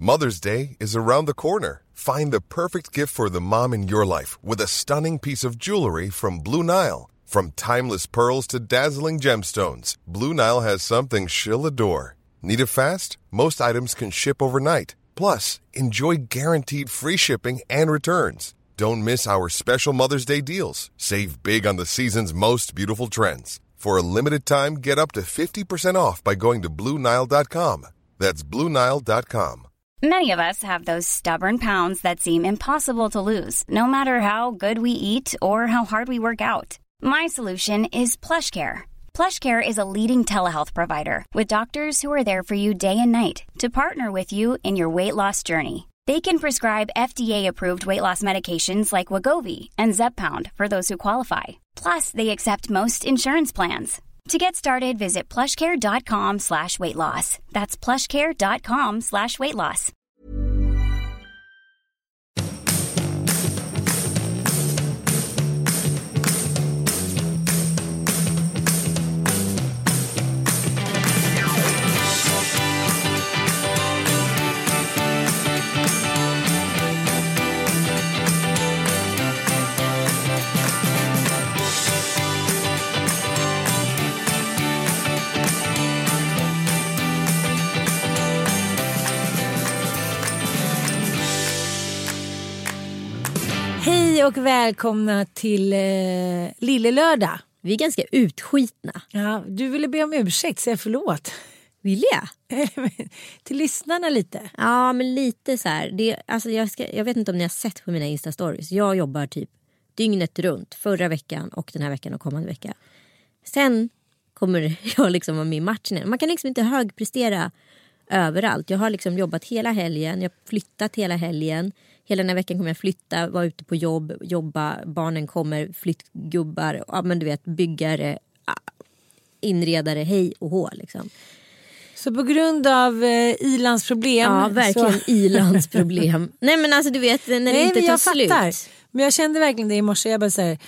Mother's Day is around the corner. Find the perfect gift for the mom in your life with a stunning piece of jewelry from Blue Nile. From timeless pearls to dazzling gemstones, Blue Nile has something she'll adore. Need it fast? Most items can ship overnight. Plus, enjoy guaranteed free shipping and returns. Don't miss our special Mother's Day deals. Save big on the season's most beautiful trends. For a limited time, get up to 50% off by going to BlueNile.com. That's BlueNile.com. Many of us have those stubborn pounds that seem impossible to lose, no matter how good we eat or how hard we work out. My solution is PlushCare. PlushCare is a leading telehealth provider with doctors who are there for you day and night to partner with you in your weight loss journey. They can prescribe FDA-approved weight loss medications like Wegovy and Zepbound for those who qualify. Plus, they accept most insurance plans. To get started, visit plushcare.com/weightloss. That's plushcare.com/weightloss. Hej och välkomna till Lille Lördag. Vi är ganska utskitna. Ja, du ville be om ursäkt, säga förlåt. Vill jag? Till lyssnarna lite. Ja, men lite så här. Jag vet inte om ni har sett på mina Insta-stories. Jag jobbar typ dygnet runt förra veckan och den här veckan och kommande vecka. Sen kommer jag liksom vara med i matchen. Man kan liksom inte högprestera överallt. Jag har liksom jobbat hela helgen. Jag har flyttat hela helgen. Hela den här veckan kommer jag flytta, vara ute på jobba, barnen kommer, flyttgubbar, ja men du vet, byggare, inredare, hej och hå liksom. Så på grund av ilandsproblem... Ja, verkligen ilandsproblem. Nej men alltså du vet, när det inte tar slut. Men jag kände verkligen det i morse, jag bara så här,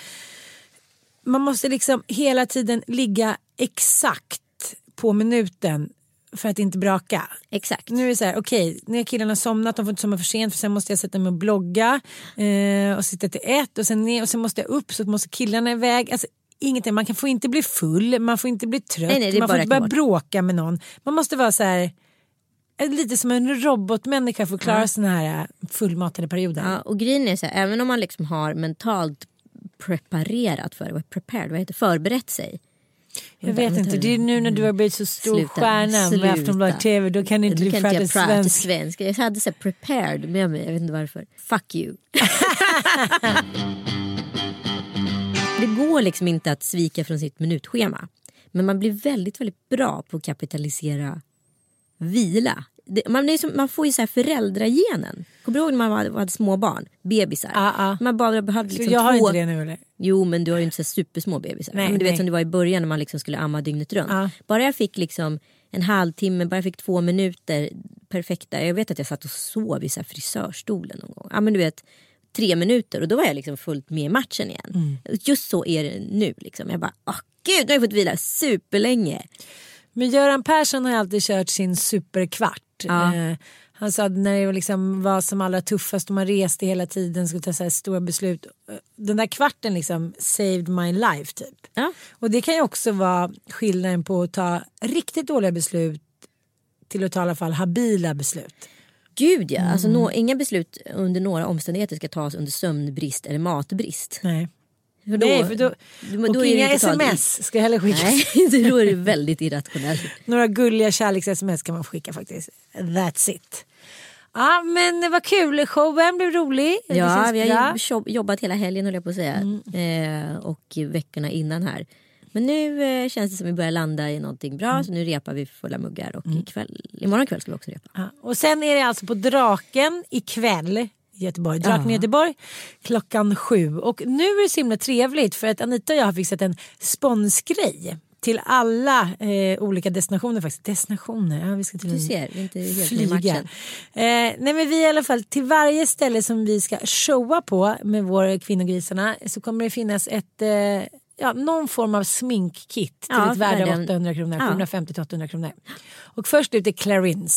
man måste liksom hela tiden ligga exakt på minuten för att inte braka. Exakt. Nu är det så här, okej, när killarna somnat, de får inte somna för sent, för sen måste jag sätta mig och blogga och sitta till 1 och sen ner och sen måste jag upp, så måste killarna iväg. Alltså ingenting, man får inte bli full, man får inte bli trött, nej, man får inte börja bråka med någon. Man måste vara så här lite som en robotmänniska för att klara såna här fullmatade perioder. Ja, och grejen är så här, även om man liksom har mentalt preparerat för förberett sig. Jag vet inte, det är nu när du har blivit så stor stjärna med Aftonbladet TV, då kan inte du prata svenska. Jag hade så prepared med mig, jag vet inte varför. Fuck you. Det går liksom inte att svika från sitt minutschema. Men man blir väldigt, väldigt bra på att kapitalisera vila. Man får ju så här föräldragenen. Kommer du ihåg när man hade små barn? Bebisar. Man bara behövde liksom jag har inte det nu eller? Jo, men du har ju inte så supersmå bebisar. Nej, men du vet som det var i början när man liksom skulle amma dygnet runt. Bara jag fick liksom en halvtimme, bara jag fick 2 minuter perfekta. Jag vet att jag satt och sov i så här frisörstolen någon gång. Ja, men du vet 3 minuter och då var jag liksom fullt med i matchen igen. Just så är det nu liksom. Jag bara, gud, nu har jag fått vila superlänge. Men Göran Persson har alltid kört sin superkvart. Han sa att när det liksom var som allra tuffast och man reste hela tiden, skulle ta så här stora beslut. Den där kvarten liksom saved my life typ. Ja. Och det kan ju också vara skillnaden på att ta riktigt dåliga beslut till att ta i alla fall habila beslut. Gud ja, alltså inga beslut under några omständigheter ska tas under sömnbrist eller matbrist. Nej. För då och inga sms ska heller skickas. Nej, då är det väldigt irrationellt. Några gulliga kärleks-sms kan man skicka faktiskt. That's it. Ja, men det var kul. Showen blev rolig. Ja, vi har jobbat hela helgen, höll jag på att säga. Och veckorna innan här. Men nu känns det som att vi börjar landa i någonting bra. Så nu repar vi fulla muggar. Och imorgon kväll ska vi också repa. Ja, och sen är det alltså på Draken ikväll. Göteborg, Draken i Göteborg 7:00. Och nu är det så himla trevligt för att Anita och jag har fixat en sponsgrej till alla olika destinationer faktiskt. Destinationer, ja, vi ska till du ser, inte helt flyga. Nej, men vi i alla fall till varje ställe som vi ska showa på med våra kvinnogrisarna så kommer det finnas ett någon form av sminkkit till ett värde av 800 kronor, 750-800 kronor. Och först ut är Clarins.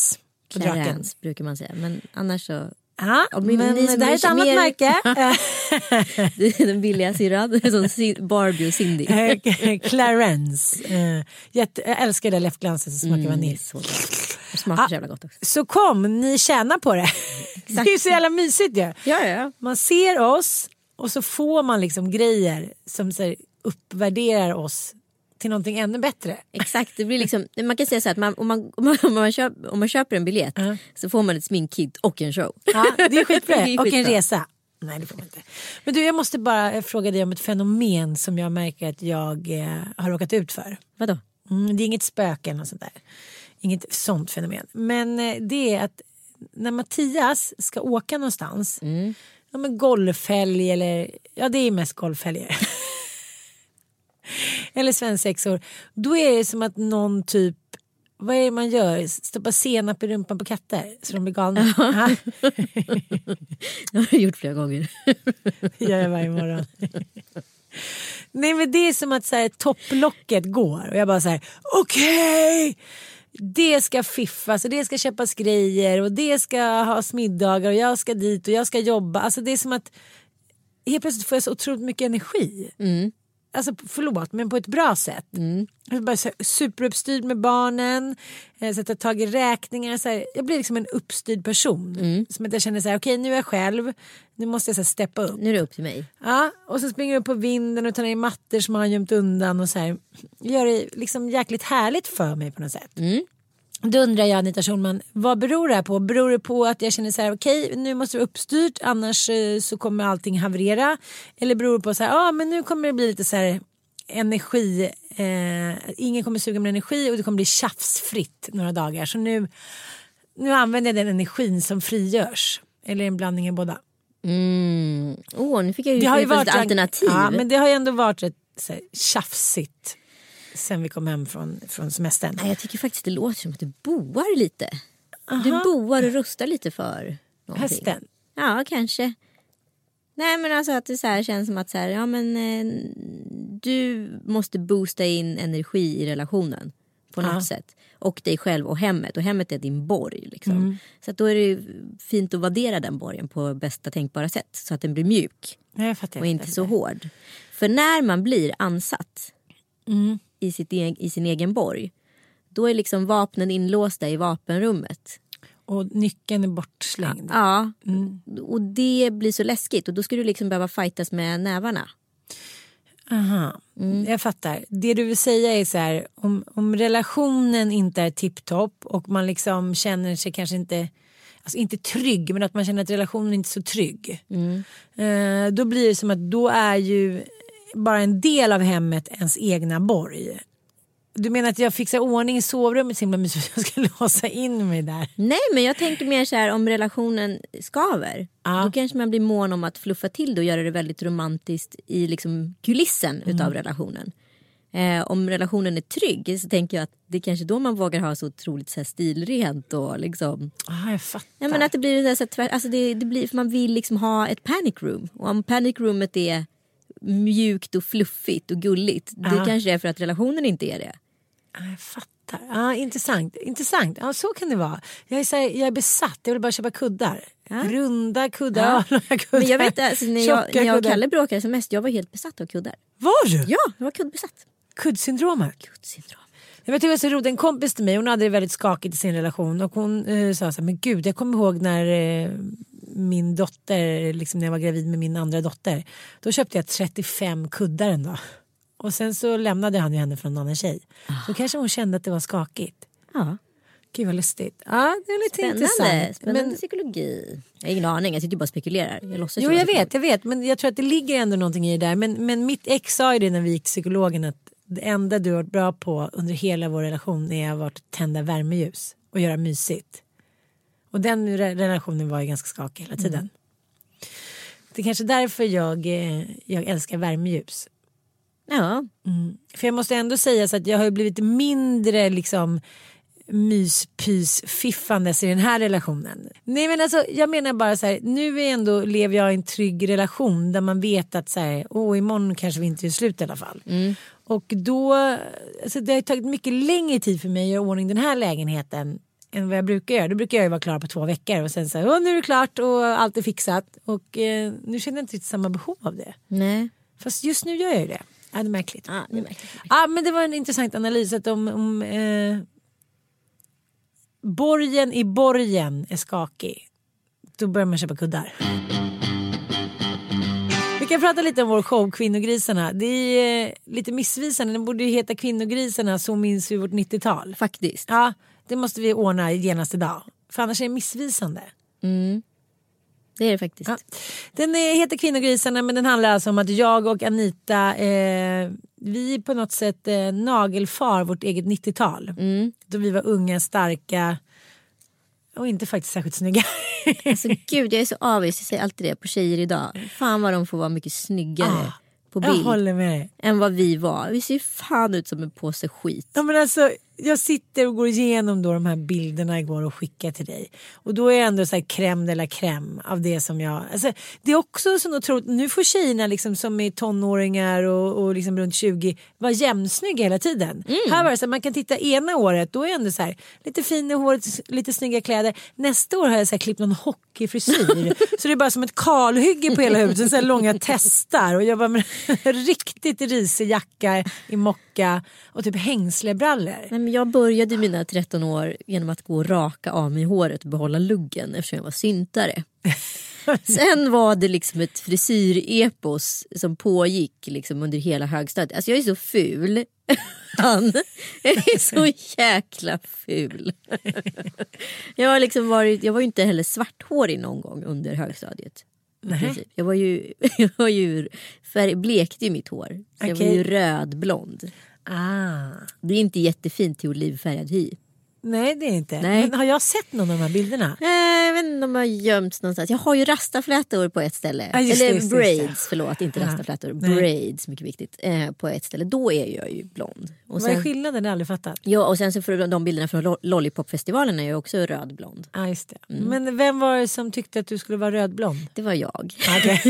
Clarence brukar man säga. Men annars så... Ja, men det här är ett annat märke. Den billiga syrran som Barbie och Cindy. Clarence. Jag älskar det läppglanset som smakar vanilj. Så bra. Det smakar så jävla gott också. Så kom, ni tjänar på det. Det är ju så jävla mysigt ju. Ja. Man ser oss och så får man liksom grejer som så här, uppvärderar oss till någonting ännu bättre. Exakt, det blir liksom, man kan säga så att om man köper en biljett så får man ett sminkkit och en show. Ja, det är skitbra. Och en resa. Nej, det får man inte. Men du, jag måste bara fråga dig om ett fenomen som jag märker att jag har råkat ut för. Vadå? Det är inget spöke eller något sånt där. Inget sånt fenomen. Men det är att när Mattias ska åka någonstans, ja, men golfhelg eller, ja det är mest golfhelger. Eller svensexor, då är det som att någon typ, vad är det man gör? Stoppa senap i rumpan på katter så de blir galna. Det har jag gjort flera gånger. Det gör jag varje morgon. Nej, men det är som att så här, topplocket går och jag bara så här: okej, det ska fiffas och det ska köpas grejer och det ska ha middagar och jag ska dit och jag ska jobba. Alltså det är som att helt plötsligt får jag så otroligt mycket energi. Alltså förlåt, men på ett bra sätt. Jag är bara så superuppstyrd med barnen, sätta tag i räkningar. Så här, jag blir liksom en uppstyrd person. Som att jag känner så här: okej, nu är jag själv. Nu måste jag så här, steppa upp. Nu är det upp till mig. Ja, och så springer jag upp på vinden och tar ner mattor som har gömt undan. Och så här, gör det liksom jäkligt härligt för mig på något sätt. Då undrar jag, Anita Schulman, vad beror det här på? Beror det på att jag känner så här: okej, nu måste det uppstyrt, annars så kommer allting haverera? Eller beror det på så här: men nu kommer det bli lite så här energi, ingen kommer suga med energi och det kommer bli tjafsfritt några dagar. Så nu använder jag den energin som frigörs. Eller en blandning av båda. Nu fick jag ju ett alternativ. Ja, men det har ju ändå varit ett så här, tjafsigt sen vi kom hem från semestern. Nej, jag tycker faktiskt det låter som att du boar lite. Du boar och rustar lite för någonting. Hösten? Ja, kanske. Nej, men alltså att det så här känns som att så här, ja, men du måste boosta in energi i relationen på något sätt. Och dig själv och hemmet. Och hemmet är din borg liksom. Så att då är det fint att vaddera den borgen på bästa tänkbara sätt. Så att den blir mjuk. Jag fattar, och inte så hård. För när man blir ansatt i sin egen borg, då är liksom vapnen inlåsta i vapenrummet. Och nyckeln är bortslängd. Ja, och det blir så läskigt. Och då ska du liksom behöva fightas med nävarna. Aha, jag fattar. Det du vill säga är så här: om relationen inte är tipptopp och man liksom känner sig kanske inte, alltså inte trygg, men att man känner att relationen inte är så trygg. Då blir det som att då är ju bara en del av hemmet ens egna borg. Du menar att jag fixar ordning i sovrummet så himla mysigt att jag ska låsa in mig där? Nej, men jag tänker mer så här, om relationen skaver. Då kanske man blir mån om att fluffa till det och göra det väldigt romantiskt i liksom kulissen utav relationen. Om relationen är trygg så tänker jag att det är kanske då man vågar ha så otroligt så här stilrent och liksom. Jag fattar. Ja, men att det blir så här, alltså det blir, för man vill liksom ha ett panic room. Och om panic roomet är mjukt och fluffigt och gulligt, det kanske är för att relationen inte är det. Jag fattar. Intressant. Ja, så kan det vara. Jag är besatt. Jag vill bara köpa kuddar. Runda kuddar. Kuddar. Men jag vet alltså, när jag och Kalle bråkade som mest, jag var helt besatt av kuddar. Var du? Ja, jag var kuddbesatt. Kuddsyndromet. Jag vet, det var så roligt. En kompis till mig, hon hade det väldigt skakigt i sin relation. Och hon sa så här: men gud, jag kommer ihåg när min dotter, liksom när jag var gravid med min andra dotter. Då köpte jag 35 kuddar en dag. Och sen så lämnade han ju henne från en annan tjej. Så kanske hon kände att det var skakigt. Ja. Gud vad lustigt. Ja, det är lite intressant. Spännande psykologi. Jag har ingen aning, jag sitter bara och spekulerar. Jag vet. Men jag tror att det ligger ändå någonting i det där. Men mitt ex sa ju det när vi gick till psykologen, att det enda du har varit bra på under hela vår relation är att tända värmeljus och göra mysigt. Och den relationen var ju ganska skakig hela tiden. Det är kanske därför jag älskar värmeljus. Ja. För jag måste ändå säga så att jag har blivit mindre liksom myspys-fiffandes i den här relationen. Nej, men alltså, jag menar bara så här: nu lever jag i en trygg relation där man vet att så här, imorgon kanske vi inte är slut i alla fall. Och då, alltså, det har tagit mycket längre tid för mig att göra ordning den här lägenheten än vad jag brukar göra. Då brukar jag ju vara klar på 2 veckor och sen så nu är det klart och allt är fixat. Och nu känner jag inte riktigt samma behov av det. Nej. Fast just nu gör jag ju det. Ja, det är märkligt. Ja, det är märkligt. Ja, men det var en intressant analys att om borgen i borgen är skakig, då börjar man köpa kuddar. Vi kan prata lite om vår show Kvinnogrisarna. Det är lite missvisande. Den borde ju heta Kvinnogrisarna, så minns vi vårt 90-tal. Faktiskt. Ja, det måste vi ordna genast idag. För annars är det missvisande. Det är det faktiskt. Ja. Den heter Kvinnogrisarna, men den handlar alltså om att jag och Anita vi på något sätt nagelfar vårt eget 90-tal. Då vi var unga, starka och inte faktiskt särskilt snygga. Alltså gud, jag är så avis. Jag säger alltid det på tjejer idag. Fan vad de får vara mycket snyggare på bild. Jag håller med. Än vad vi var. Vi ser ju fan ut som en påse skit. Ja, men alltså, jag sitter och går igenom då de här bilderna igår och skickar till dig. Och då är jag ändå så här crème de la crème av det som jag... Alltså, det är också så otroligt... Nu får tjejerna liksom, som är tonåringar och liksom runt 20 vara jämnsnygga hela tiden. Här var det så här, man kan titta ena året, då är jag ändå så här lite fin i håret, lite snygga kläder. Nästa år har jag så här klippt någon hockeyfrisyr. Så det är bara som ett kalhygge på hela huvudet. Så här långa testar. Och jag var med riktigt risig jacka i mocka och typ hängslebrallor. Nej, men jag började mina 13 år genom att gå och raka av mig håret och behålla luggen eftersom jag var syntare. Sen var det liksom ett frisyrepos som pågick liksom under hela högstadiet. Alltså jag är så ful. Jag är så jäkla ful. Jag var ju inte heller svarthårig någon gång under högstadiet. Jag var ju blekte i mitt hår. Så jag var ju rödblond. Det är inte jättefint till olivfärgad hy. Nej, det är inte. Nej. Men har jag sett någon av de här bilderna? Jag vet inte om de har gömts någonstans. Jag har ju rastaflätor på ett ställe. Eller braids, förlåt, inte rastaflätor. Braids, mycket viktigt. På ett ställe. Då är jag ju blond. Och vad är skillnaden? Jag har aldrig fattat. Ja, och sen så för de bilderna från Lollipop-festivalen är jag också rödblond. Ja, just det. Men vem var det som tyckte att du skulle vara rödblond? Det var jag. Okay.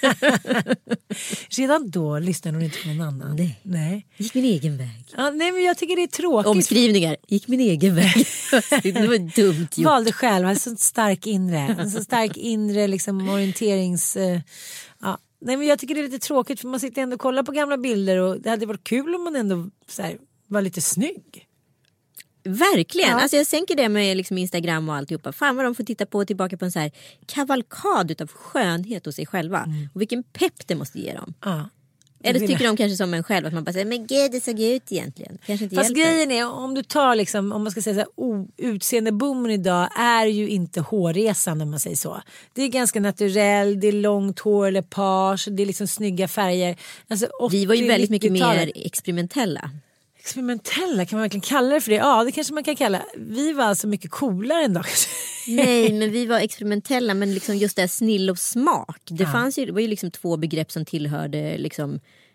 Redan då lyssnade hon inte på någon annan. Nej. Gick min egen väg. Ja, nej, men jag tycker det är tråkigt. Omskrivningar. Gick min egen väg. Det var dumt gjort. Valde själv, en så stark inre. En så stark inre liksom, orienterings... ja. Nej, men jag tycker det är lite tråkigt för man sitter ändå och kollar på gamla bilder och det hade varit kul om man ändå så här, var lite snygg. Verkligen, alltså jag sänker det med liksom Instagram och alltihopa. Fan vad de får titta på tillbaka på en så här kavalkad utav skönhet hos sig själva. Och vilken pepp det måste ge dem. Eller tycker de kanske som en själv att man bara säger men gud det såg ut egentligen. Kanske inte. Fast hjälper. Grejen är om du tar liksom, om man ska säga så här, utseendeboomen idag är ju inte hårresan om man säger så. Det är ganska naturell, det är långt hår eller page, det är liksom snygga färger. Alltså, vi var ju väldigt mycket mer experimentella. Experimentella, kan man verkligen kalla det för det? Ja, det kanske man kan kalla. Vi var alltså mycket coolare än dag. Nej, men vi var experimentella, men liksom just det här snill och smak. Det var ju liksom 2 begrepp som tillhörde liksom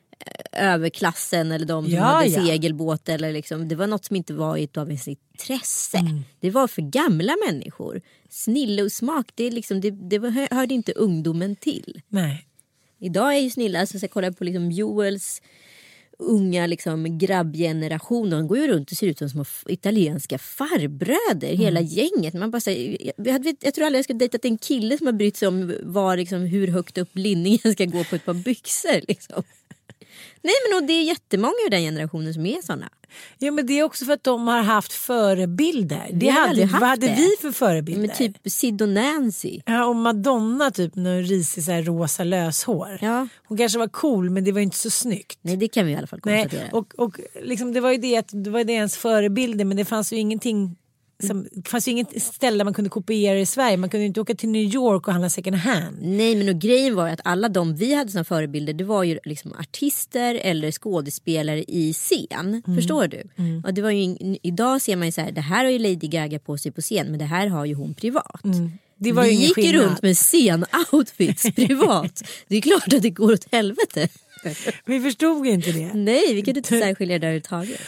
överklassen eller de som hade segelbåt eller liksom, det var något som inte var i dagens intresse. Det var för gamla människor. Snille och smak, det är liksom det hörde inte ungdomen till. Nej. Idag är ju snilla, alltså så kolla på liksom Joels unga liksom grabbgeneration, de går ju runt och ser ut som små italienska farbröder, hela gänget. Man bara säger, jag tror aldrig jag skulle dejtat en kille som har brytt sig om var, liksom, hur högt upp linningen ska gå på ett par byxor liksom. Nej, men och det är jättemånga ur den generationen som är såna. Ja, men det är också för att de har haft förebilder. Vad hade vi för förebilder? Men typ Sid och Nancy. Ja, och Madonna typ när risig så här rosa löshår. Ja. Hon kanske var cool, men det var inte så snyggt. Nej, det kan vi i alla fall konstatera. Nej, och liksom, det var ju det att det var ens förebilder, men det fanns ju ingenting. Det fanns ju inget ställe där man kunde kopiera i Sverige. Man kunde inte åka till New York och handla second hand. Nej, men och grejen var att alla de vi hade som förebilder, det var ju liksom artister eller skådespelare i scen. Förstår du? Och det var ju, idag ser man ju så här, det här har ju Lady Gaga på sig på scen, men det här har ju hon privat. Det var vi ju gick ju runt med scen-outfits privat. Det är klart att det går åt helvete. Vi förstod ju inte det. Nej, vi kunde inte särskilja det överhuvudtaget.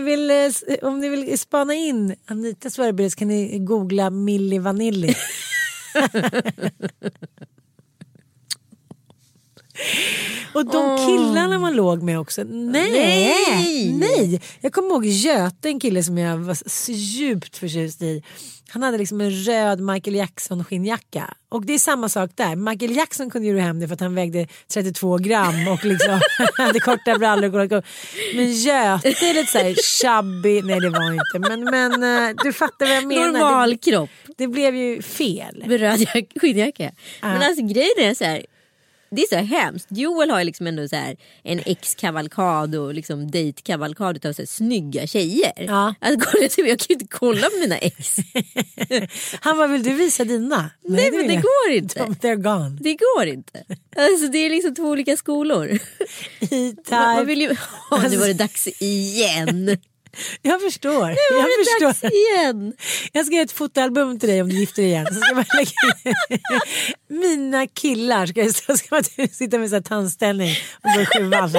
Om ni vill spana in Anitas förebild så kan ni googla Milli Vanilli. Och de killarna man låg med också. Nej. Jag kommer ihåg Göte, en kille som jag var så djupt förtjust i. Han hade liksom en röd Michael Jackson skinnjacka. Och det är samma sak där. Michael Jackson kunde ju hem det för att han vägde 32 gram och liksom hade korta brallor. Men Göte är lite såhär chubby. Nej, det var inte. Men du fattar vad jag menar. Normal kropp. Det blev ju fel. Med röd skinnjacka. Men alltså grejen är så här. Det är så hemskt. Joel har ju liksom ändå så här en ex-kavalkad och liksom date-kavalkad av så här snygga tjejer. Ja. Alltså, jag kan ju inte kolla på mina ex. Han var, vill du visa dina? Nej, men det går inte. They're gone. Det går inte. Alltså det är liksom två olika skolor. Man vill ju... nu var det dags igen. Jag förstår. Dags igen. Jag ska ge ett fotoalbum till dig om du gifter dig igen. Så ska man lägga in mina killar. Ska man sitta med så här tandställning och gå i sjuan.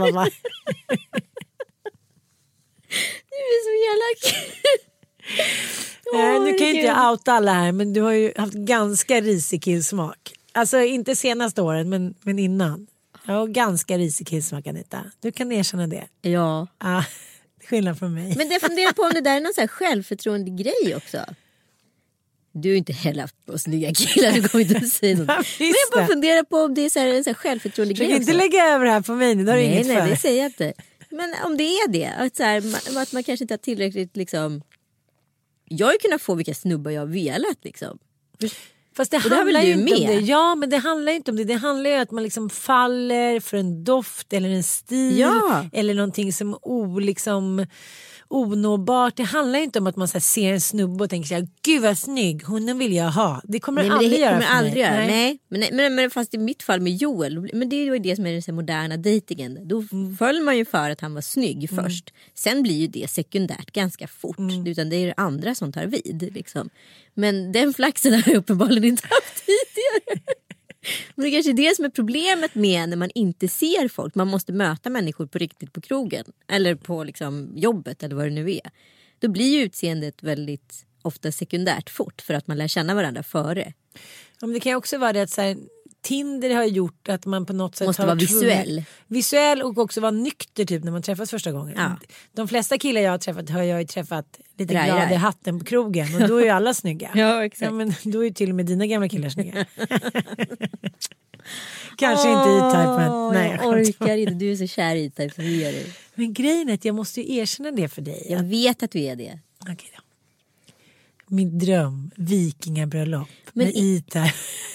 Du är så elak. Nu kan ju inte outa alla här, men du har ju haft ganska risig killsmak. Alltså inte senaste åren, men innan. Jag har ganska risig killsmak, Anita. Du kan erkänna det. Ja. Skillnad från mig. Men jag funderar på om det där är någon så här självförtroende grej också. Du är inte heller haft på snygga killar, du kommer inte att säga något. Men jag bara funderar på om det är så här, en så här självförtroende grej också. Inte lägga över det här på mig nu, det har du inget för. Nej, det säger jag inte. Men om det är det, att, så här, att man kanske inte har tillräckligt liksom... Jag har ju kunnat få vilka snubbar jag har velat liksom. Fast det handlar ju inte om det. Ja, men det handlar inte om det. Det handlar ju om att man liksom faller för en doft eller en stil. Ja. Eller någonting som onåbart. Det handlar ju inte om att man så här, ser en snubbe och tänker så här, gud vad snygg, honom vill jag ha. Det kommer det aldrig göra för mig. Nej. Men fast i mitt fall med Joel, men det är ju det som är den så moderna dejtingen. Då föll man ju för att han var snygg först. Sen blir ju det sekundärt ganska fort. Utan det är det andra som tar vid liksom. Men den flaxen har jag uppenbarligen inte haft tidigare. Men det kanske är det som är problemet med när man inte ser folk. Man måste möta människor på riktigt på krogen. Eller på liksom jobbet eller vad det nu är. Då blir ju utseendet väldigt ofta sekundärt fort. För att man lär känna varandra före. Ja, men det kan ju också vara det att så här, Tinder har gjort att man på något sätt måste vara visuell. Visuell och också vara nykter typ när man träffas första gången. Ja. De flesta killar jag har träffat har jag ju träffat lite glad i hatten på krogen. Och då är ju alla snygga. Ja, exakt. Ja, men då är ju till och med dina gamla killar snygga. Kanske inte E-Type. Nej, jag orkar inte. Du är så kär i E-Type. Men grejen är att jag måste ju erkänna det för dig. Jag vet att du är det. Okej då. Min dröm, vikingabröllop med E-Type.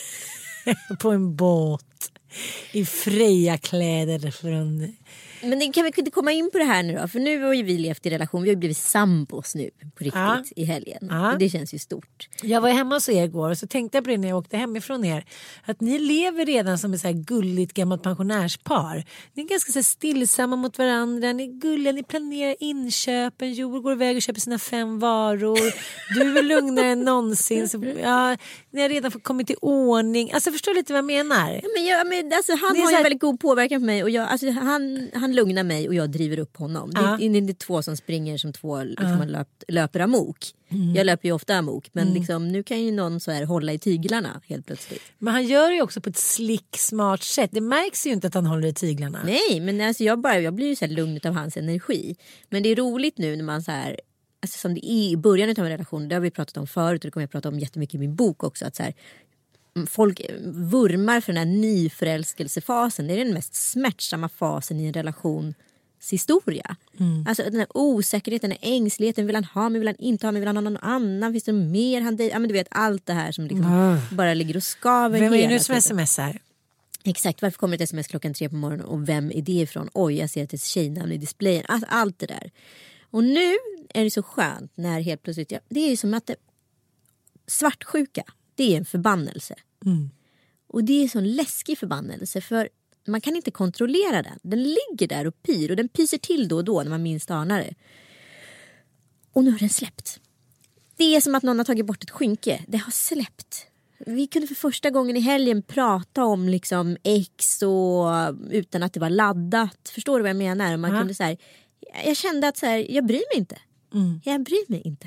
På en båt i Freja-kläder från... Men kan vi inte komma in på det här nu då? För nu har ju vi levt i relation. Vi har blivit sambos nu på riktigt i helgen. Det känns ju stort. Jag var hemma hos er igår och så tänkte jag på det när jag åkte hemifrån er. Att ni lever redan som ett så här gulligt gammalt pensionärspar. Ni är ganska så här stillsamma mot varandra. Ni är gulliga, ni planerar inköpen. Joel går iväg och köper sina 5 varor. Du är lugnare än någonsin. Så, ni har redan fått kommit till ordning. Alltså förstår lite vad jag menar? Ja, men alltså, han har ju en väldigt god påverkan på mig. Och han lugnar mig och jag driver upp honom. Det är inte 2 som springer som 2 liksom, löper amok. Jag löper ju ofta amok. Men liksom, nu kan ju någon så här hålla i tyglarna helt plötsligt. Men han gör det ju också på ett slick, smart sätt. Det märks ju inte att han håller i tyglarna. Nej, men alltså, jag blir ju så här lugn av hans energi. Men det är roligt nu när man så här... Alltså, som det är i början av en relation. Det har vi pratat om förut och det kommer jag prata om jättemycket i min bok också. Att så här, folk vurmar för den här nyförälskelsefasen. Det är den mest smärtsamma fasen i en relationshistoria. Alltså den här osäkerheten, den här ängsligheten. Vill han ha mig, vill han inte ha mig, vill han ha någon annan? Finns det mer han dejtar? Ja, men du vet allt det här som liksom bara ligger och skaver. Vem är det nu som smsar? Exakt, varför kommer ett sms klockan 3 på morgonen och vem är det ifrån? Oj, jag ser att det är tjejnamn i displayen. Alltså, allt det där. Och nu är det så skönt när helt plötsligt, det är ju som att svartsjuka, det är en förbannelse. Och det är en sån läskig förbannelse för man kan inte kontrollera den. Den ligger där och pyr och den pyser till då och då när man minst anar det. Och nu har den släppt. Det är som att någon har tagit bort ett skynke. Det har släppt. Vi kunde för första gången i helgen prata om liksom ex och utan att det var laddat. Förstår du vad jag menar? Man kunde så här, jag kände att så här, jag bryr mig inte. Jag bryr mig inte.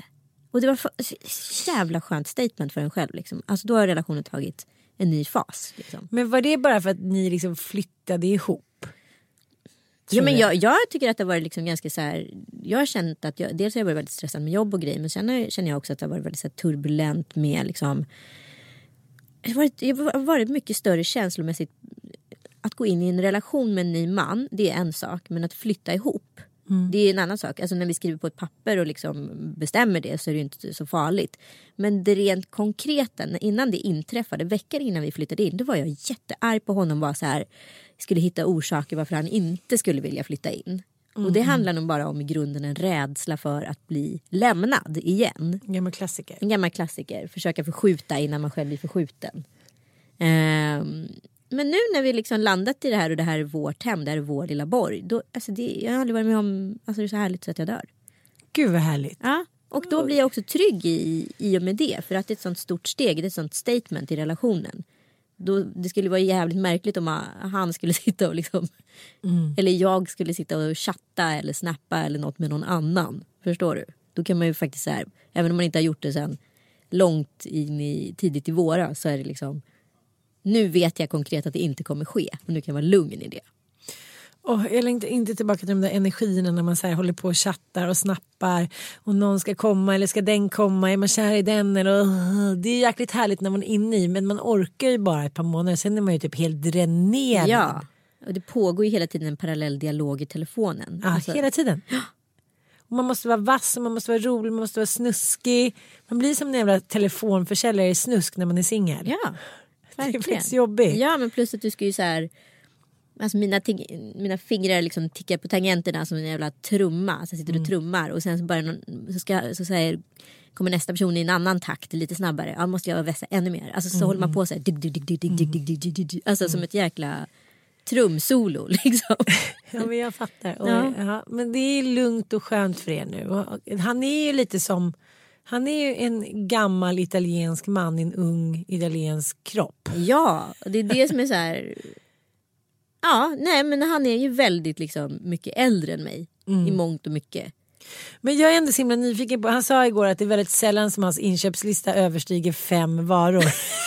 Och det var jävla skönt statement för en själv. Liksom. Alltså då har relationen tagit en ny fas. Liksom. Men var det bara för att ni liksom flyttade ihop? Ja, men jag tycker att det var liksom ganska så här. Jag har känt att dels har jag varit väldigt stressad med jobb och grejer. Men sen känner jag också att det har varit väldigt så här, turbulent med liksom. Jag har varit mycket större känslomässigt. Att gå in i en relation med en ny man, det är en sak. Men att flytta ihop, det är en annan sak. Alltså när vi skriver på ett papper och liksom bestämmer det så är det inte så farligt. Men det rent konkreta, innan det inträffade, veckor innan vi flyttade in, då var jag jättearg på honom. Bara så här, skulle hitta orsaker varför han inte skulle vilja flytta in. Och det handlar nog bara om i grunden en rädsla för att bli lämnad igen. En gammal klassiker. Försöka förskjuta innan man själv blir förskjuten. Men nu när vi liksom landat i det här och det här är vårt hem, det här är vår lilla borg. Då, alltså jag har aldrig varit med om, alltså det är så härligt så att jag dör. Gud vad härligt. Ja, och då blir jag också trygg i och med det. För att det är ett sånt stort steg, det är ett sånt statement i relationen. Det skulle vara jävligt märkligt om han skulle sitta och liksom, eller jag skulle sitta och chatta eller snappa eller något med någon annan. Förstår du? Då kan man ju faktiskt så här, även om man inte har gjort det sen långt in tidigt i våra, så är det liksom, nu vet jag konkret att det inte kommer ske. Och nu kan jag vara lugn i det. Jag längtar inte tillbaka till de där energierna när man så här håller på och chattar och snappar. Och någon ska komma eller ska den komma. Är man kär i den? Eller, det är jäkligt härligt när man är inne i. Men man orkar ju bara ett par månader. Sen är man ju typ helt dränerad. Ja, och det pågår ju hela tiden en parallell dialog i telefonen. Ja, alltså, hela tiden. Och man måste vara vass och man måste vara rolig. Man måste vara snuskig. Man blir som en jävla telefonförsäljare i snusk när man är singel. Ja. Verkligen. Det är faktiskt jobbigt. Ja, men plus att du ska ju så här, alltså mina fingrar liksom tickar på tangenterna som en jävla trumma. Så jag sitter och trummar och sen så bara kommer nästa person i en annan takt lite snabbare. Ja, måste jag vässa ännu mer. Alltså så håller man på så här, alltså som ett jäkla trumsolo liksom. Ja, men jag fattar. Ja, men det är lugnt och skönt för er nu. Och han är ju lite som, han är ju en gammal italiensk man i en ung italiensk kropp. Ja, och det är det som är så här. Ja, nej, men han är ju väldigt liksom mycket äldre än mig i mångt och mycket. Men jag är ändå så himla nyfiken på, han sa igår att det är väldigt sällan som hans inköpslista överstiger 5 varor.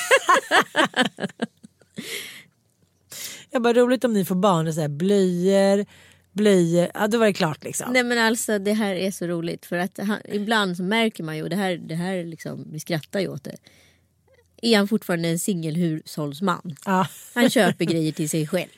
Jag bara, roligt om ni får barn och så här, blöjor, ja då var det klart liksom. Nej men alltså det här är så roligt för att ibland så märker man ju, och det här liksom, vi skrattar ju åt det. Är han fortfarande en singelhushållsman? Ja. Han köper grejer till sig själv.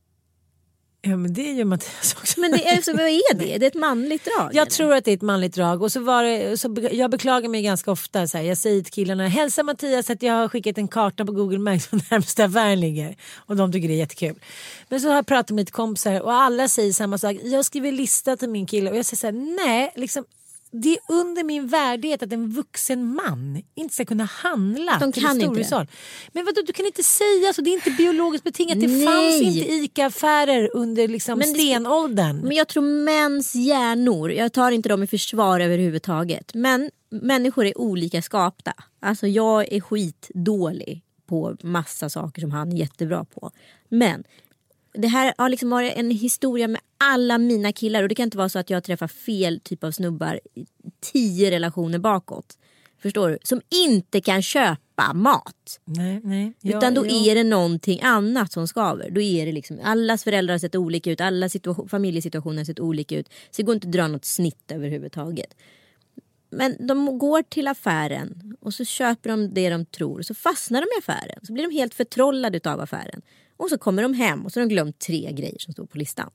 Ja men det gör Mattias också. Men det är, så, vad är det? Det är ett manligt drag? Jag tror att det är ett manligt drag. Och så var det, jag beklagar mig ganska ofta. Så här, jag säger till killarna, hälsa Mattias att jag har skickat en karta på Google Maps som närmsta affären ligger. Och de tycker det är jättekul. Men så har jag pratat med lite kompisar och alla säger samma sak. Jag skriver lista till min kille och jag säger så här, nej liksom. Det är under min värdighet att en vuxen man inte ska kunna handla. De kan inte. Men vadå, du kan inte säga så. Det är inte biologiskt betingat. Det fanns inte ICA-affärer under liksom stenåldern. Men jag tror mäns hjärnor, jag tar inte dem i försvar överhuvudtaget. Men människor är olika skapta. Alltså jag är skitdålig på massa saker som han är jättebra på. Men det här har liksom varit en historia med alla mina killar. Och det kan inte vara så att jag träffar fel typ av snubbar 10 relationer bakåt. Förstår du? Som inte kan köpa mat. Nej. Utan då är det någonting annat som skaver. Då är det liksom, allas föräldrar har sett olika ut. Alla familjesituationer har sett olika ut. Så det går inte att dra något snitt överhuvudtaget. Men de går till affären och så köper de det de tror. Så fastnar de i affären. Så blir de helt förtrollade av affären. Och så kommer de hem och så har de glömt 3 grejer som står på listan.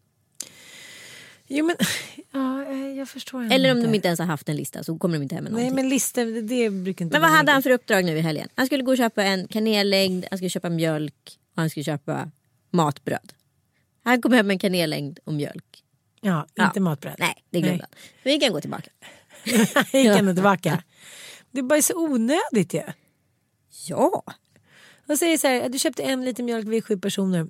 Jo men, ja, jag förstår inte. Eller om de inte ens har haft en lista så kommer de inte hem med någonting. Nej men listor, det brukar inte. Men vad hade han för uppdrag nu i helgen? Han skulle gå och köpa en kanellängd, han skulle köpa mjölk och han skulle köpa matbröd. Han kom hem med en kanellängd och mjölk. Ja, inte matbröd. Nej, det glömde han. Men vi kan gå tillbaka. Vi kan gå tillbaka. Det är bara så onödigt ju. Ja. Och säger så här, du köpte 1 liter mjölk vid 7 personer.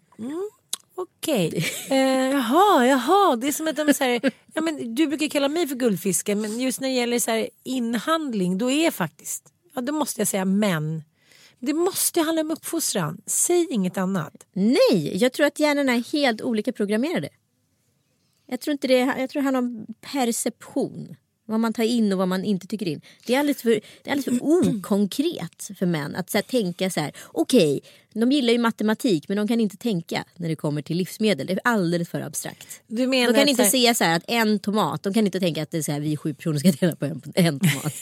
Okej. Jaha. Det är som att de säger, ja men du brukar kalla mig för guldfisken, men just när det gäller så här inhandling, då är faktiskt, ja då måste jag säga men. Det måste handla om uppfostran. Säg inget annat. Nej, jag tror att hjärnorna är helt olika programmerade. Jag tror inte det, jag tror det handlar om perception. Vad man tar in och vad man inte tycker in. Det är alldeles för okonkret för män att så här, tänka så här. Okej, de gillar ju matematik men de kan inte tänka när det kommer till livsmedel. Det är alldeles för abstrakt. Du menar de kan inte här... säga så här att en tomat. De kan inte tänka att det är så här, vi 7 personer ska dela på en tomat.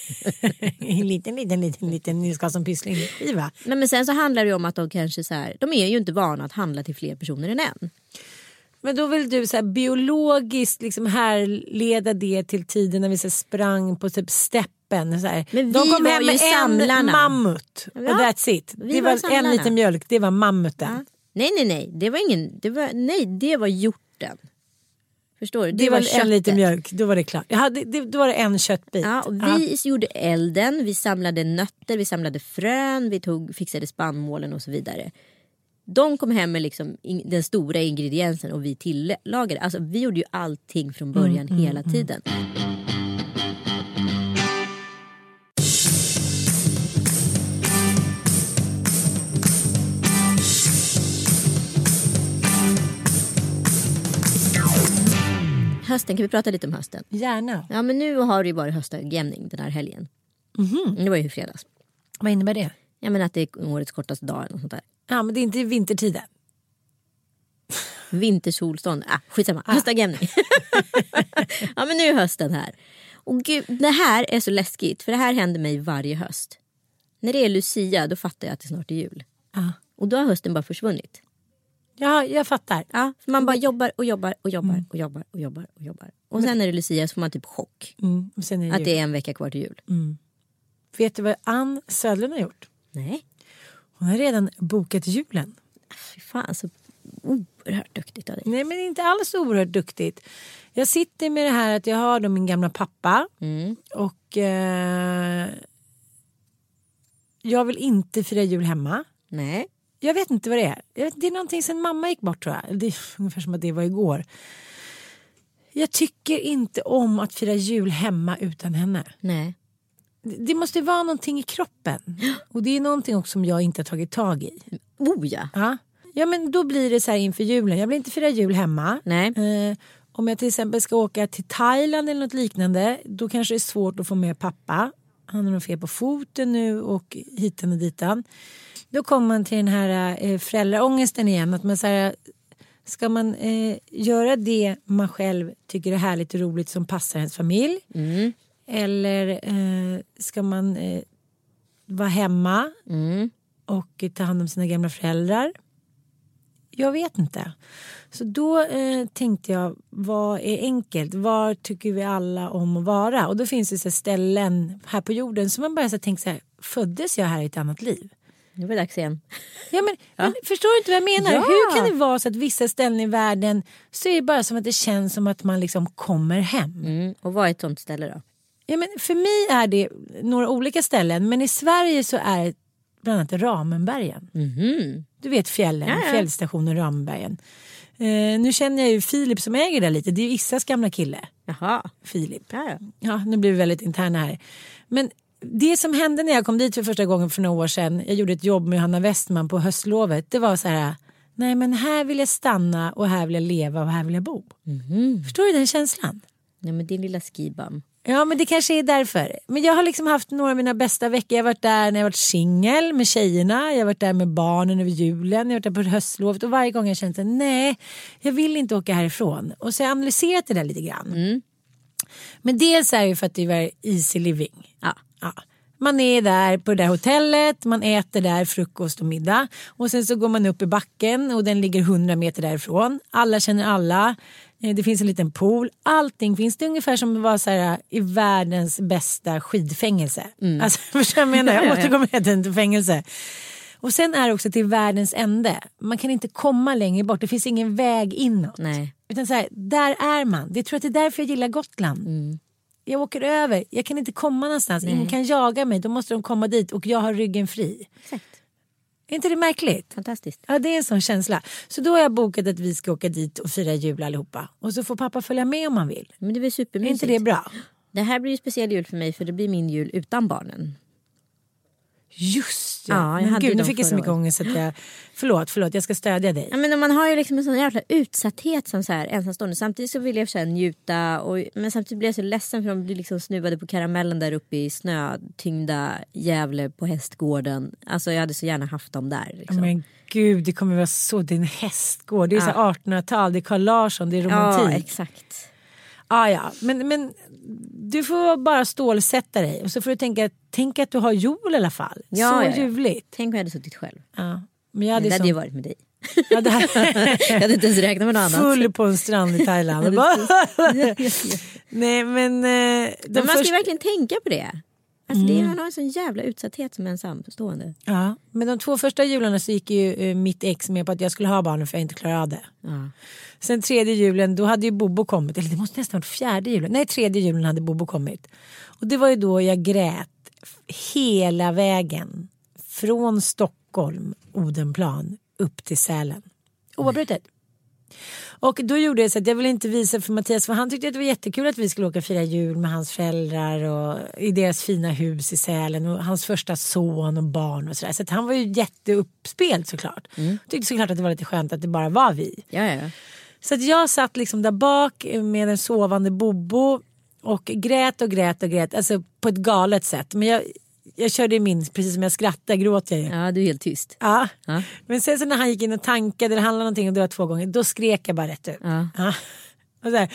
liten ni ska som pyssling i, va? Men sen så handlar det ju om att de kanske så här, de är ju inte vana att handla till fler personer än en. Men då vill du så här, biologiskt liksom härleda det till tiden när vi så sprang på typ steppen. Så här. Men vi de kom var hem ju med samlarna. En mammut. Och that's it. Det var samlarna. en liten mjölk. Det var mammuten. Ja. Nej. Det var ingen. Det var hjorten. Förstår du? Det var köttet. en liten mjölk. Då var det klart. Då var det en köttbit. Ja, och vi gjorde elden. Vi samlade nötter. Vi samlade frön. Vi fixade spannmålen och så vidare. De kom hem med liksom den stora ingrediensen och vi tillagade. Alltså vi gjorde ju allting från början hela tiden. Hösten, kan vi prata lite om hösten? Gärna. Ja, men nu har det ju varit höstjämning den här helgen. Det var ju fredags. Vad innebär det? Jag menar att det är årets kortaste dag och sånt där. Ja, men det är inte vintertiden. Vintersolstånd. Skitsamma. Höstjämning. Ja, men nu är hösten här. Och gud, det här är så läskigt. För det här händer mig varje höst. När det är Lucia, då fattar jag att det snart är jul. Och då har hösten bara försvunnit. Ja, jag fattar. Ja, för man bara jobbar. Och sen när det är Lucia så får man typ chock. Och sen är det att det är en vecka kvar till jul. Vet du vad Ann Södlund har gjort? Nej. Hon har redan bokat julen. Fy fan, så oerhört duktigt av dig. Nej, men inte alls oerhört duktigt. Jag sitter med det här att jag har då min gamla pappa. Och jag vill inte fira jul hemma. Nej. Jag vet inte vad det är. Det är någonting sen mamma gick bort, tror jag. Det är ungefär som att det var igår. Jag tycker inte om att fira jul hemma utan henne. Nej. Det måste vara någonting i kroppen. Och det är någonting också som jag inte har tagit tag i. Ja. Ja, men då blir det så här inför julen. Jag vill inte fira jul hemma. Nej. Om jag till exempel ska åka till Thailand eller något liknande, då kanske det är svårt att få med pappa. Han har något fel på foten nu och hitan och ditan. Då kommer man till den här föräldraångesten igen. Att man så här, ska man göra det man själv tycker är härligt och roligt som passar ens familj? Eller ska man vara hemma och ta hand om sina gamla föräldrar? Jag vet inte. Så då tänkte jag, vad är enkelt? Var tycker vi alla om att vara? Och då finns det så ställen här på jorden som man bara så tänker så här, föddes jag här i ett annat liv? Det var dags igen. Ja, men förstår du inte vad jag menar? Ja. Hur kan det vara så att vissa ställen i världen så är det bara som att det känns som att man liksom kommer hem? Och vad är ett sånt ställe då? Ja, men för mig är det några olika ställen. Men i Sverige så är det bland annat Ramenbergen. Du vet fjällstationen Ramenbergen. Nu känner jag ju Filip som äger det lite. Det är ju Issas gamla kille. Jaha. Filip. Ja, nu blir vi väldigt interna här. Men det som hände när jag kom dit för första gången för några år sedan. Jag gjorde ett jobb med Hanna Westman på höstlovet. Det var så här, nej men här vill jag stanna och här vill jag leva och här vill jag bo. Förstår du den känslan? Ja, men din lilla skibam. Ja, men det kanske är därför. Men jag har liksom haft några av mina bästa veckor. Jag har varit där när jag varit singel med tjejerna. Jag har varit där med barnen över julen. Jag har varit där på höstlovet. Och varje gång jag känt att nej, jag vill inte åka härifrån. Och så har jag analyserat det där lite grann. Men dels är det för att det är easy living. Ja. Man är där på det där hotellet. Man äter där frukost och middag. Och sen så går man upp i backen. Och den ligger 100 meter därifrån. Alla känner alla. Det finns en liten pool. Allting finns. Det ungefär som att vara så här, i världens bästa skidfängelse. Alltså, förstår jag menar? Jag återkommer till fängelse. Och sen är det också till världens ände. Man kan inte komma längre bort. Det finns ingen väg inåt. Nej. Utan så här, där är man. Det tror jag att det är därför jag gillar Gotland. Jag åker över. Jag kan inte komma någonstans. Ingen kan jaga mig. Då måste de komma dit. Och jag har ryggen fri. Exakt. Är inte det märkligt? Fantastiskt. Ja, det är en sån känsla. Så då har jag bokat att vi ska åka dit och fira jul allihopa. Och så får pappa följa med om han vill. Men det blir supermysigt. Är inte det bra? Det här blir ju speciell jul för mig för det blir min jul utan barnen. Just Ja, jag hade gud, nu dem fick jag så förra mycket året. ångest att jag... Förlåt, jag ska stödja dig. Ja, men man har ju liksom en sån jävla utsatthet som så här ensamstående. Samtidigt så vill jag för sig njuta. Men samtidigt blir jag så ledsen för de blir liksom snuvade på karamellen där uppe i snötyngda Gävle på hästgården. Alltså jag hade så gärna haft dem där. Liksom. Men gud, det kommer vara så din hästgård. Det är så 1800-tal, det är Carl Larsson, det är romantik. Ja, exakt. Ja. Men du får bara stålsätta dig. Och så får du tänka att du har Joel i alla fall. Ja. Ljuvligt. Tänk om jag hade suttit själv. Ja. Men jag hade Det hade ju varit med dig. Ja, det här... Jag hade inte ens räknat med något annat. Full på en strand i Thailand. Nej, men man ska ju verkligen tänka på det. Alltså man har en sån jävla utsatthet som ensamstående. Ja, men de 2 första jularna så gick ju mitt ex med på att jag skulle ha barnen för jag inte klarade av det. Ja. Sen 3:e julen, då hade ju Bobo kommit. Eller det måste nästan varit 4:e julen. Nej, 3:e julen hade Bobo kommit. Och det var ju då jag grät hela vägen. Från Stockholm, Odenplan, upp till Sälen. Oavbrutet. Och då gjorde jag så att jag ville inte visa för Mattias, för han tyckte att det var jättekul att vi skulle åka och fira jul med hans föräldrar och i deras fina hus i Sälen och hans första son och barn och sådär. Så att han var ju jätteuppspelt såklart. Tyckte såklart att det var lite skönt att det bara var vi. Ja. Så att jag satt liksom där bak med en sovande Bobo och grät. Alltså på ett galet sätt. Men jag körde min, precis som jag skrattade, gråt jag ju. Ja, du är helt tyst. Ja. Ja. Men sen så när han gick in och tankade eller handlade någonting och det var 2 gånger, då skrek jag bara rätt ut. Ja. Ja. Och så här,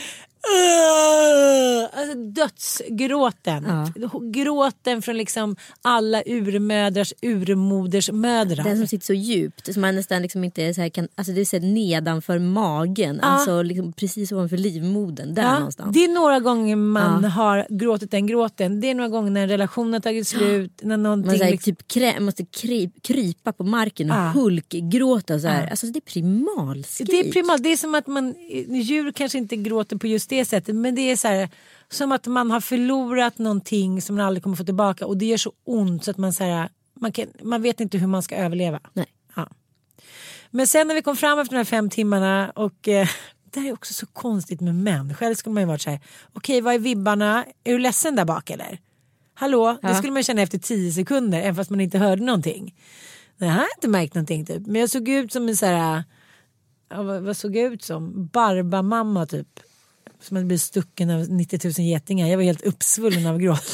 alltså dödsgråten. Gråten från liksom alla urmoders mödrar. Den som sitter så djupt som man nästan liksom inte så här kan, alltså det är så nedanför magen, alltså liksom precis ovanför livmodern där någonstans. Det är några gånger man har gråtit den gråten. Det är några gånger när en relation har tagit slut, när någonting man så här, liksom... typ måste krypa på marken och hulkgråta så här. Alltså det är primalskrik. Det är primal. Det är som att djur kanske inte gråter på just det sättet, men det är så här, som att man har förlorat någonting som man aldrig kommer få tillbaka och det gör så ont så att man så här, man vet inte hur man ska överleva. Nej. Ja. Men sen när vi kom fram efter de här 5 timmarna och det är också så konstigt med män. Själv skulle man ju varit så här, okej, vad är vibbarna? Är du ledsen där bak eller? Hallå? Det skulle man känna efter 10 sekunder även fast man inte hörde någonting. Nej, jag har inte märkt någonting typ. Men jag såg ut som en så här, vad såg jag ut som? Barbamamma typ. Som hade blivit stucken av 90 000 getingar. Jag var helt uppsvullen av gråt.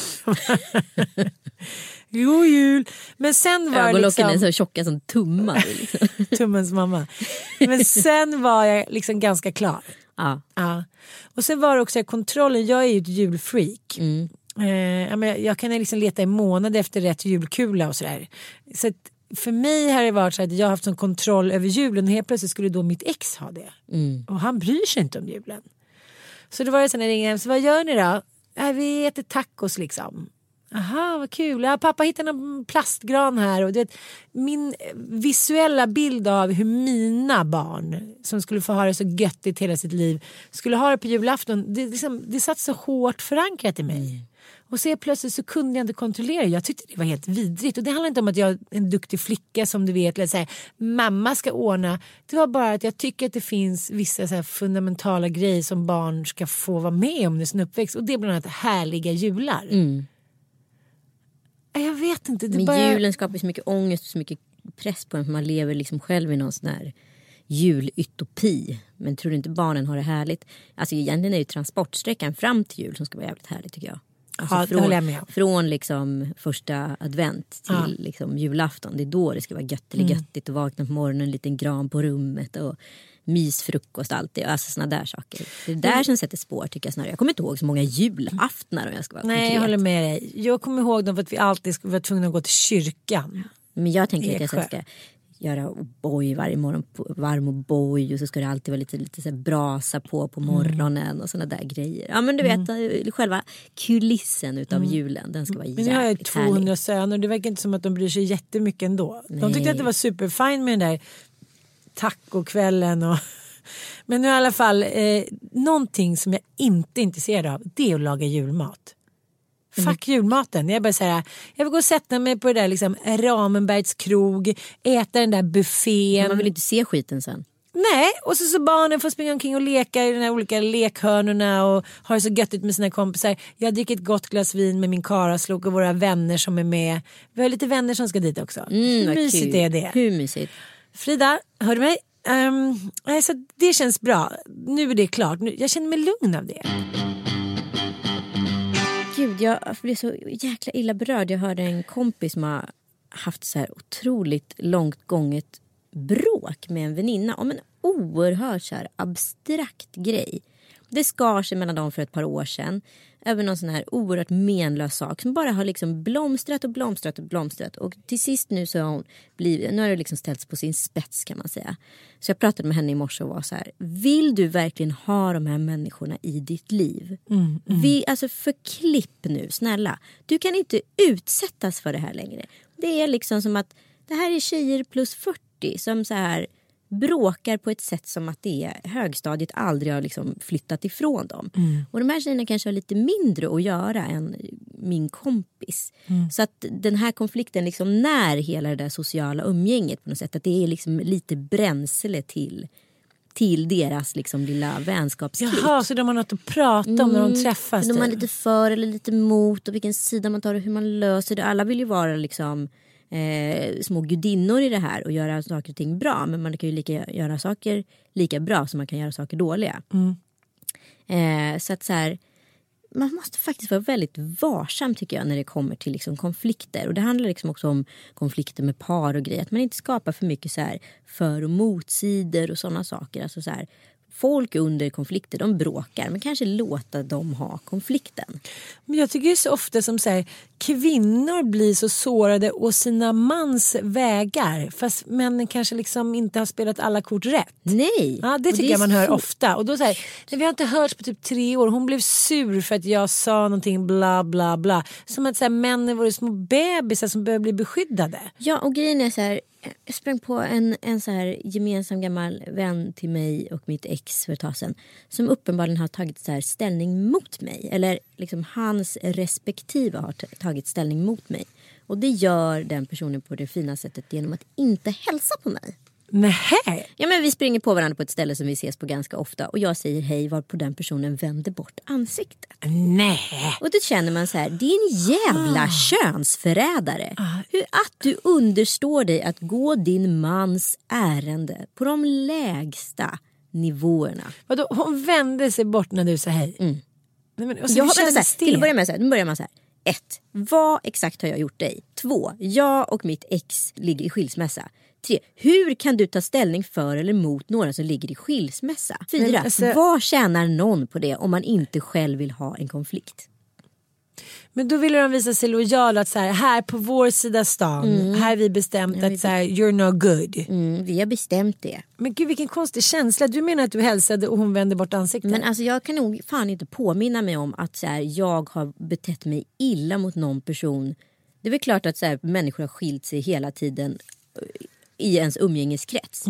God jul. Men sen var ögonlocken liksom... är så tjocka som tummar. Liksom. Tummens mamma. Men sen var jag liksom ganska klar. Ja. Och sen var det också kontrollen. Jag är ju ett julfreak. Jag kan liksom leta i månader efter rätt julkula och sådär. Så att för mig har det varit så att jag har haft sån kontroll över julen. Och helt plötsligt skulle då mitt ex ha det. Och han bryr sig inte om julen. Så det var det sen när jag ringde hem. Så vad gör ni då? Vi äter tacos liksom. Aha, vad kul. Ja, pappa hittade en plastgran här. Och det, min visuella bild av hur mina barn som skulle få ha det så göttigt hela sitt liv skulle ha det på julafton. Det satt så hårt förankrat i mig. Och så plötsligt så kunde jag inte kontrollera. Jag tyckte det var helt vidrigt. Och det handlar inte om att jag är en duktig flicka som du vet. Eller så här, mamma ska ordna. Det var bara att jag tycker att det finns vissa så här fundamentala grejer som barn ska få vara med om i sin uppväxt. Och det är bland annat härliga jular. Jag vet inte. Men julen skapar så mycket ångest och så mycket press på en. För man lever liksom själv i någon sån här julytopi. Men tror du inte barnen har det härligt? Alltså egentligen är ju transportsträckan fram till jul som ska vara jävligt härligt tycker jag. Alltså från liksom första advent till liksom julafton. Det är då det ska vara göttigt att vakna på morgonen, en liten gran på rummet och mysfrukost alltid. Alltså såna där saker. Det är där som sätter spår tycker jag snarare. Jag kommer inte ihåg så många julaftnar om jag ska vara konkret. Nej, jag håller med dig. Jag kommer ihåg dem för att vi alltid skulle vara tvungna att gå till kyrkan. Men jag tänker att jag ska göra O'boy varje morgon, varm O'boy och så ska det alltid vara lite så här brasa på morgonen och såna där grejer. Ja men du vet, själva kulissen utav julen, den ska vara jävligt härlig. Men nu har jag 200 söner och det verkar inte som att de bryr sig jättemycket ändå. Nej. De tyckte att det var superfine med den där tacokvällen och... Men nu i alla fall, någonting som jag inte är intresserad av, det är att laga julmat. Fuck julmaten. Jag bara säga, jag vill gå och sätta mig på det där liksom Ramenbergs krog, äta den där buffén. Man vill inte se skiten sen. Nej, och så barnen får springa omkring och leka i de här olika lekhörnorna och ha det så göttigt med sina kompisar. Jag dricker ett gott glas vin med min karaslok och våra vänner som är med. Vi har lite vänner som ska dit också. Hur mysigt är det? Hur mysigt? Frida, hör du mig? Så det känns bra. Nu är det klart. Jag känner mig lugn av det. Gud, jag blev så jäkla illa berörd. Jag hörde en kompis som har haft så här otroligt långt gånget bråk med en väninna om en oerhört så här abstrakt grej. Det skar sig mellan dem för ett par år sedan över någon sån här oerhört menlös sak som bara har liksom blomstrat och till sist nu så har hon nu har det liksom ställts på sin spets, kan man säga. Så jag pratade med henne i morse och var så här: vill du verkligen ha de här människorna i ditt liv? Alltså förklipp nu, snälla. Du kan inte utsättas för det här längre. Det är liksom som att det här är tjejer plus 40 som så här bråkar på ett sätt som att det är högstadiet aldrig har liksom flyttat ifrån dem. Och de här tjejerna kanske har lite mindre att göra än min kompis. Så att den här konflikten liksom när hela det där sociala umgänget på något sätt, att det är liksom lite bränsle till deras liksom lilla vänskapsklick. Jaha, så de har något att prata om när de träffas. De har lite för eller lite emot och vilken sida man tar och hur man löser det. Alla vill ju vara liksom små gudinnor i det här och göra saker och ting bra, men man kan ju göra saker lika bra som man kan göra saker dåliga. Så att så här, man måste faktiskt vara väldigt varsam, tycker jag, när det kommer till liksom konflikter. Och det handlar liksom också om konflikter med par och grejer, att man inte skapar för mycket så här för- och motsidor och sådana saker. Alltså så här, folk under konflikter, de bråkar, men kanske låta dem ha konflikten. Men jag tycker det är så ofta som säger kvinnor blir så sårade å sina mans vägar, fast männen kanske liksom inte har spelat alla kort rätt. Nej. Ja, det tycker jag man hör ofta. Och då säger vi har inte hörts på typ 3 år. Hon blev sur för att jag sa någonting bla bla bla. Som att så här, männen var små bebisar som behöver bli beskyddade. Ja, och grejen är så här, jag sprang på en så här gemensam gammal vän till mig och mitt ex för ett tag sedan, som uppenbarligen har tagit så här ställning mot mig. Eller liksom hans respektive har tagit ställning mot mig. Och det gör den personen på det fina sättet genom att inte hälsa på mig. Nej. Ja, men vi springer på varandra på ett ställe som vi ses på ganska ofta. Och jag säger hej, varpå den personen vänder bort ansiktet. Nej. Och då känner man så här, det är en jävla könsförrädare. Hur att du understår dig att gå din mans ärende på de lägsta nivåerna. Vadå, hon vände sig bort när du sa hej? Nej, men, till att börja med så här, nu börjar man så här. 1. Vad exakt har jag gjort dig? 2. Jag och mitt ex ligger i skilsmässa. 3. Hur kan du ta ställning för eller emot några som ligger i skilsmässa? 4. Vad tjänar någon på det om man inte själv vill ha en konflikt? Men då ville de visa sig lojala att så här på vår sida stan, här har vi bestämt att så här, you're no good. Vi har bestämt det. Men gud, vilken konstig känsla. Du menar att du hälsade och hon vände bort ansiktet? Men alltså jag kan nog fan inte påminna mig om att så här, jag har betett mig illa mot någon person. Det är väl klart att så här, människor har skilt sig hela tiden i ens umgängeskrets.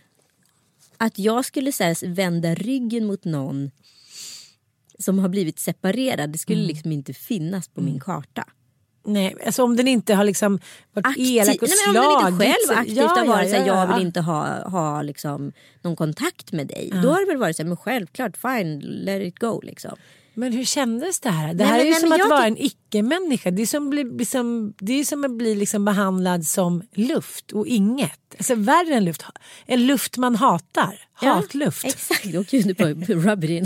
Att jag skulle så här, vända ryggen mot någon som har blivit separerad, det skulle liksom inte finnas på min karta. Nej, alltså om den inte har liksom varit elak och slagit. Om den inte själv aktivt har varit så här, jag vill inte ha liksom någon kontakt med dig. Då har det väl varit så här, men självklart, fine, let it go liksom. Men hur kändes det här? Det här är ju som att vara en icke-människa. Det är som att bli liksom behandlad som luft och inget. Alltså värre än luft. En luft man hatar. Hatluft. Ja, exakt, och gud, på rub it in.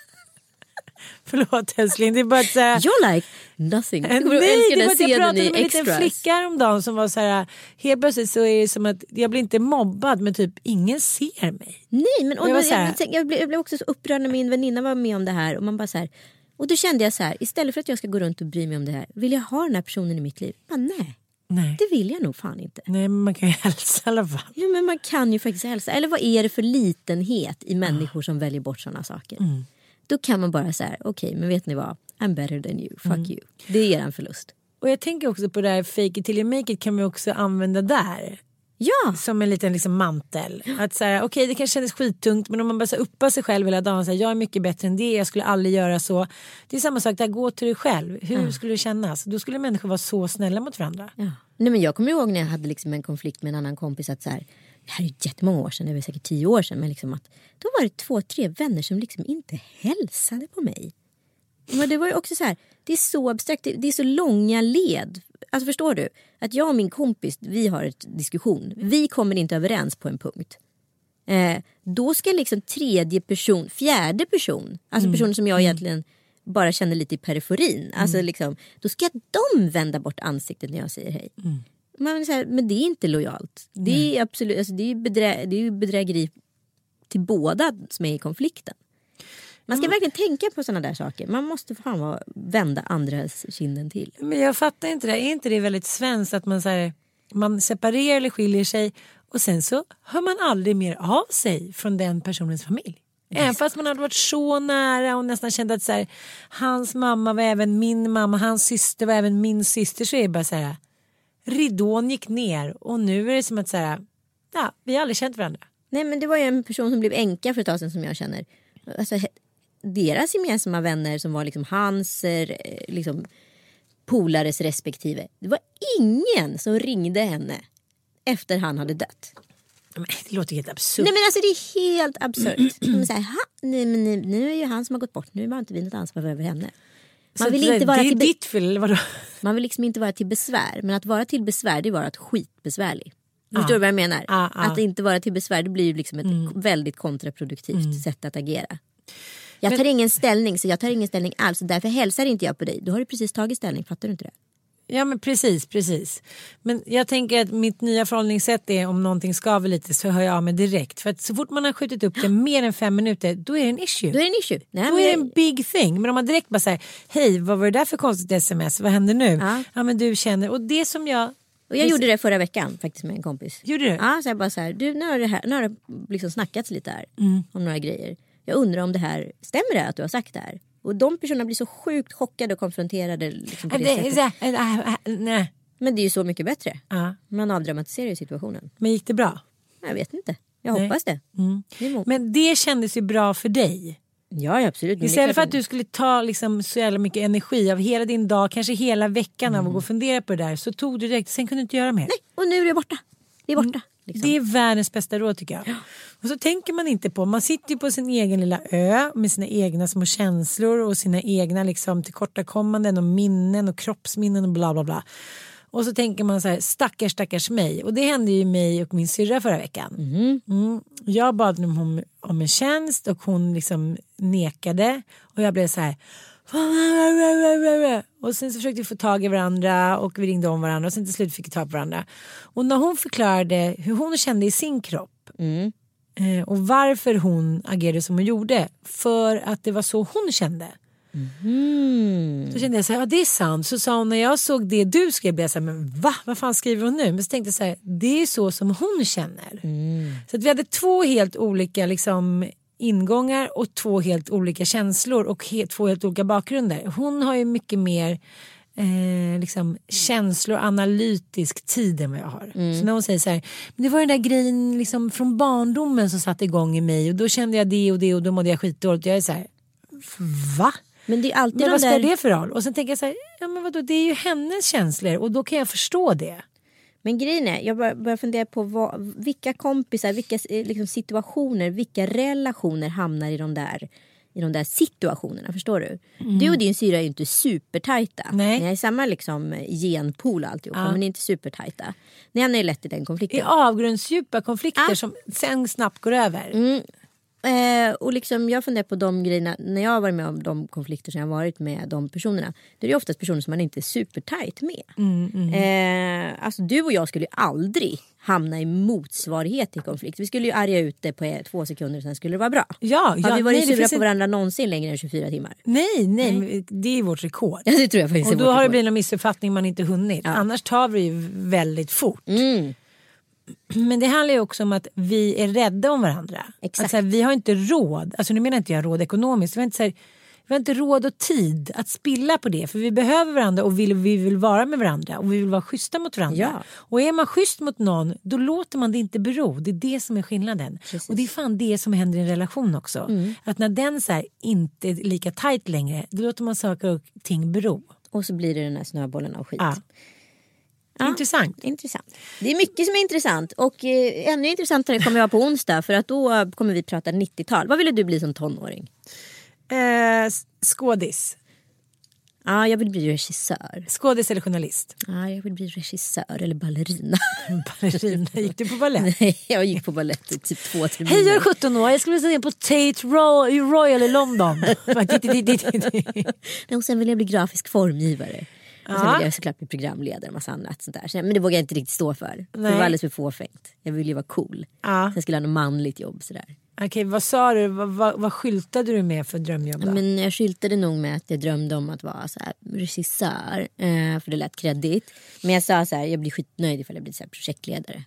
Förlåt älskling, det är bara att säga... You're like nothing. Nej, det var att jag pratade med en liten flicka om dagen som var så här, helt plötsligt så är det som att jag blir inte mobbad men typ ingen ser mig. Nej, men jag blev också så upprörd när min väninna var med om det här och man bara så här, och då kände jag så här, istället för att jag ska gå runt och bry mig om det här, vill jag ha den här personen i mitt liv? Men nej, det vill jag nog fan inte. Nej, men man kan ju hälsa i alla fall. Ja, men man kan ju faktiskt hälsa. Eller vad är det för litenhet i människor som väljer bort sådana saker? Då kan man bara säga, okej, men vet ni vad? I'm better than you, fuck you. Det är en förlust. Och jag tänker också på det här fake it till you make it kan vi också använda där. Ja. Som en liten liksom mantel. Att säga, okej, det kanske kändes skittungt, men om man bara så uppar sig själv hela dagen och säger, jag är mycket bättre än det, jag skulle aldrig göra så. Det är samma sak, där gå till dig själv. Hur skulle det kännas? Då skulle människor vara så snälla mot varandra. Ja. Nej, men jag kommer ihåg när jag hade liksom en konflikt med en annan kompis att så här, det här är ju jättemånga år sedan, det var säkert 10 år sedan, men liksom att då var det 2-3 vänner som liksom inte hälsade på mig. Men det var ju också så här, det är så abstrakt, det är så långa led. Alltså förstår du? Att jag och min kompis, vi har ett diskussion. Vi kommer inte överens på en punkt. Då ska liksom fjärde person, alltså personer som jag egentligen bara känner lite i periferin. Alltså liksom, då ska de vända bort ansiktet när jag säger hej. Men det är inte lojalt. Det är absolut, alltså det är ju bedrägeri till båda som är i konflikten. Man ska verkligen tänka på sådana där saker. Man måste fan vända andras kinden till. Men jag fattar inte det. Är inte det väldigt svenskt att man separerar eller skiljer sig och sen så hör man aldrig mer av sig från den personens familj? Även fast man hade varit så nära och nästan kände att hans mamma var även min mamma, hans syster var även min syster, så är det bara ridån gick ner och nu är det som att vi har aldrig känt varandra. Nej, men det var ju en person som blev änka för ett tag sedan som jag känner. Alltså, deras gemensamma vänner som var liksom hans liksom polares respektive. Det var ingen som ringde henne efter han hade dött. Men det låter helt absurt. Nej, men alltså det är helt absurt. Nu är ju han som har gått bort. Nu har inte vi något ansvar över henne. Man vill inte vara till ditt fel, eller vadå? Man vill liksom inte vara till besvär. Men att vara till besvär, det är vara skitbesvärlig. Förstår du vad jag menar? Att inte vara till besvär, det blir ju liksom ett väldigt kontraproduktivt sätt att agera. Jag tar ingen ställning, så jag tar ingen ställning alls. Därför hälsar inte jag på dig. Då har du precis tagit ställning, fattar du inte det? Ja, men precis. Men jag tänker att mitt nya förhållningssätt är, om någonting skaver lite så hör jag av mig direkt. För att så fort man har skjutit upp det mer än 5 minuter, då är det en issue. Då är det en big thing. Men om man direkt bara säger, hej, vad var det där för konstigt sms? Vad händer nu? Ja, men du känner, och det som jag... Och jag gjorde det förra veckan faktiskt med en kompis. Gjorde du? Ja, så jag bara nu har det liksom snackats lite här om några grejer. Jag undrar om det här, stämmer det att du har sagt det här? Och de personerna blir så sjukt chockade och konfronterade liksom på det sättet. Nej. Men det är ju så mycket bättre. Man avdramatiserar ju situationen. Men gick det bra? Jag vet inte. Jag hoppas det. Men det kändes ju bra för dig. Ja, absolut. Istället för att du skulle ta liksom så jävla mycket energi av hela din dag, kanske hela veckan av att gå och fundera på det där, så tog du direkt, sen kunde du inte göra mer. Nej, och nu är det borta. Det är borta. Liksom. Det är världens bästa råd, tycker jag. Ja. Och så tänker man inte på, man sitter ju på sin egen lilla ö med sina egna små känslor och sina egna liksom tillkortakommanden och minnen och kroppsminnen och bla bla bla. Och så tänker man så här, stackars mig. Och det hände ju mig och min syrra förra veckan. Jag bad om en tjänst och hon liksom nekade. Och jag blev så här... Och sen så försökte vi få tag i varandra och vi ringde om varandra och sen till slut fick vi tag på varandra. Och när hon förklarade hur hon kände i sin kropp och varför hon agerade som hon gjorde, för att det var så hon kände. Så kände jag så här, ja det är sant. Så sa hon, när jag såg det du skrev, blev jag så här, men vad fan skriver hon nu? Men så tänkte jag så här, det är så som hon känner. Så att vi hade 2 helt olika liksom ingångar och 2 helt olika känslor och 2 helt olika bakgrunder. Hon har ju mycket mer liksom känslor, analytisk tid än vad jag har. Så när hon säger så här, men det var den där grejen liksom från barndomen som satte igång i mig och då kände jag det och då mådde jag skitdåligt. Jag är så här, va? Men det är alltid vad spelar det för roll? Och sen tänker jag så här, ja men vadå, det är ju hennes känslor och då kan jag förstå det. Men grejen är, jag börjar fundera på vilka kompisar, vilka liksom situationer, vilka relationer hamnar i de där situationerna, förstår du? Du och din syra är ju inte supertajta. Nej. Ni är samma liksom genpool och alltihop, men ni är inte supertajta. Ni hamnar ju lätt i den konflikten. I avgrundsdjupa konflikter som sen snabbt går över. Och liksom jag funderar på de grejerna, när jag har varit med om de konflikter som jag har varit med de personerna, då är det oftast personer som man inte är supertajt med. Alltså du och jag skulle ju aldrig hamna i motsvarighet i konflikt. Vi skulle ju arga ut det på 2 sekunder och sen skulle det vara bra. Har vi varit sura på varandra någonsin längre än 24 timmar? Nej, det är vårt rekord. Ja, det tror jag faktiskt. Och då har det blivit en missuppfattning man inte hunnit. Ja. Annars tar vi ju väldigt fort. Men det handlar ju också om att vi är rädda om varandra. Exakt. Alltså, vi har inte råd, alltså nu menar inte jag råd ekonomiskt, vi har inte råd och tid att spilla på det, för vi behöver varandra och vi vill vara med varandra och vi vill vara schyssta mot varandra. Ja. Och är man schysst mot någon, då låter man det inte bero. Det är det som är skillnaden. Precis. Och det är fan det som händer i en relation också. Att när den så här inte är lika tajt längre, då låter man saker och ting bero. Och så blir det den här snöbollen av skit. Ja. Intressant. Det är mycket som är intressant. Och ännu intressantare kommer jag på onsdag. För att då kommer vi prata 90-tal. Vad ville du bli som tonåring? Skådis. Ja, jag vill bli regissör. Skådis eller journalist? Ja, jag vill bli regissör eller ballerina. Ballerina? Gick du på ballett? Nej, jag gick på ballett i typ 2 terminer. Hej, jag är 17 år. Jag skulle vilja se på Tate Royal i London. Och sen vill jag bli grafisk formgivare. Och sen vill jag såklart bli programledare och massa annat sånt där. Men det vågar jag inte riktigt stå för. Det var alldeles för fåfängt. Jag vill ju vara cool. Sen skulle jag ha något manligt jobb sådär. Okej, vad sa du? Vad skyltade du med för drömjobb då? Men jag skyltade nog med att jag drömde om att vara så här regissör. För det lät kreddigt. Men jag sa så här, jag blir skitnöjd ifall jag blir så här projektledare.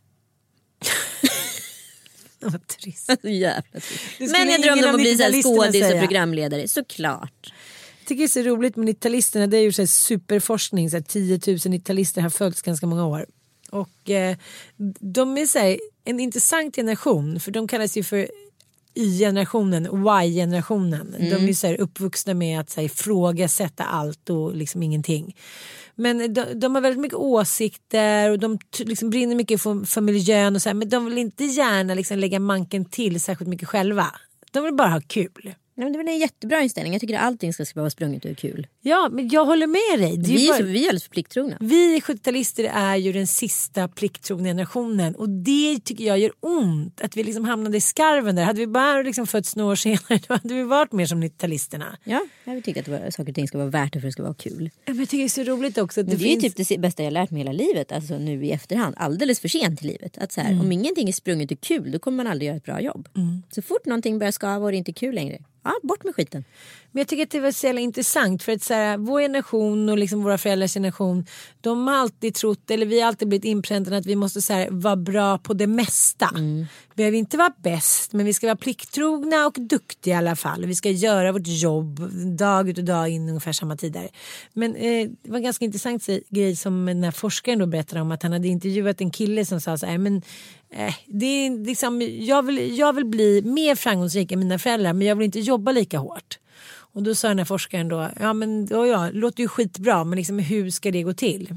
Vad trist. Jävla trist. Men jag drömde om att bli så här skådis och programledare, såklart. Jag tycker det är så roligt med 90-talisterna. Det är ju så här superforskning. Så här 10 000 90-talister har följts ganska många år. Och de är så här, en intressant generation. För de kallas ju för Y-generationen, Y-generationen. De är ju så här uppvuxna med att så här, ifrågasätta allt och liksom ingenting. Men de har väldigt mycket åsikter och de liksom brinner mycket för miljön och så här, men de vill inte gärna liksom lägga manken till särskilt mycket själva. De vill bara ha kul. Ja, men det är väl en jättebra inställning. Jag tycker att allting ska vara sprunget ur kul. Ja, men jag håller med dig. Vi är alldeles för plikttrogna. Vi 70-talister är ju den sista plikttrogna generationen. Och det tycker jag gör ont. Att vi liksom hamnade i skarven där. Hade vi bara liksom fötts några år senare, då hade vi varit mer som 90-talisterna. Ja, jag tycker att saker och ting ska vara värt det för att det ska vara kul. Ja, men jag tycker det är så roligt också. Att det är ju typ det bästa jag lärt mig hela livet. Alltså nu i efterhand. Alldeles för sent i livet. Att så här, om ingenting är sprunget ur kul, då kommer man aldrig göra ett bra jobb. Så fort någonting börjar skava och det är inte kul längre. Ja, bort med skiten. Men jag tycker att det var så jävla intressant för att så här, vår generation och liksom våra föräldrars generation, de har alltid trott, eller vi har alltid blivit inpräntade att vi måste så här, vara bra på det mesta. Vi behöver inte vara bäst, men vi ska vara plikttrogna och duktiga i alla fall. Vi ska göra vårt jobb dag ut och dag in ungefär samma tider. Men det var en ganska intressant grej som den här forskaren då berättade om, att han hade intervjuat en kille som sa så här, men det är liksom, jag vill bli mer framgångsrik än mina föräldrar, men jag vill inte jobba lika hårt. Och då sa den här forskaren då, det låter ju skitbra, men liksom, hur ska det gå till?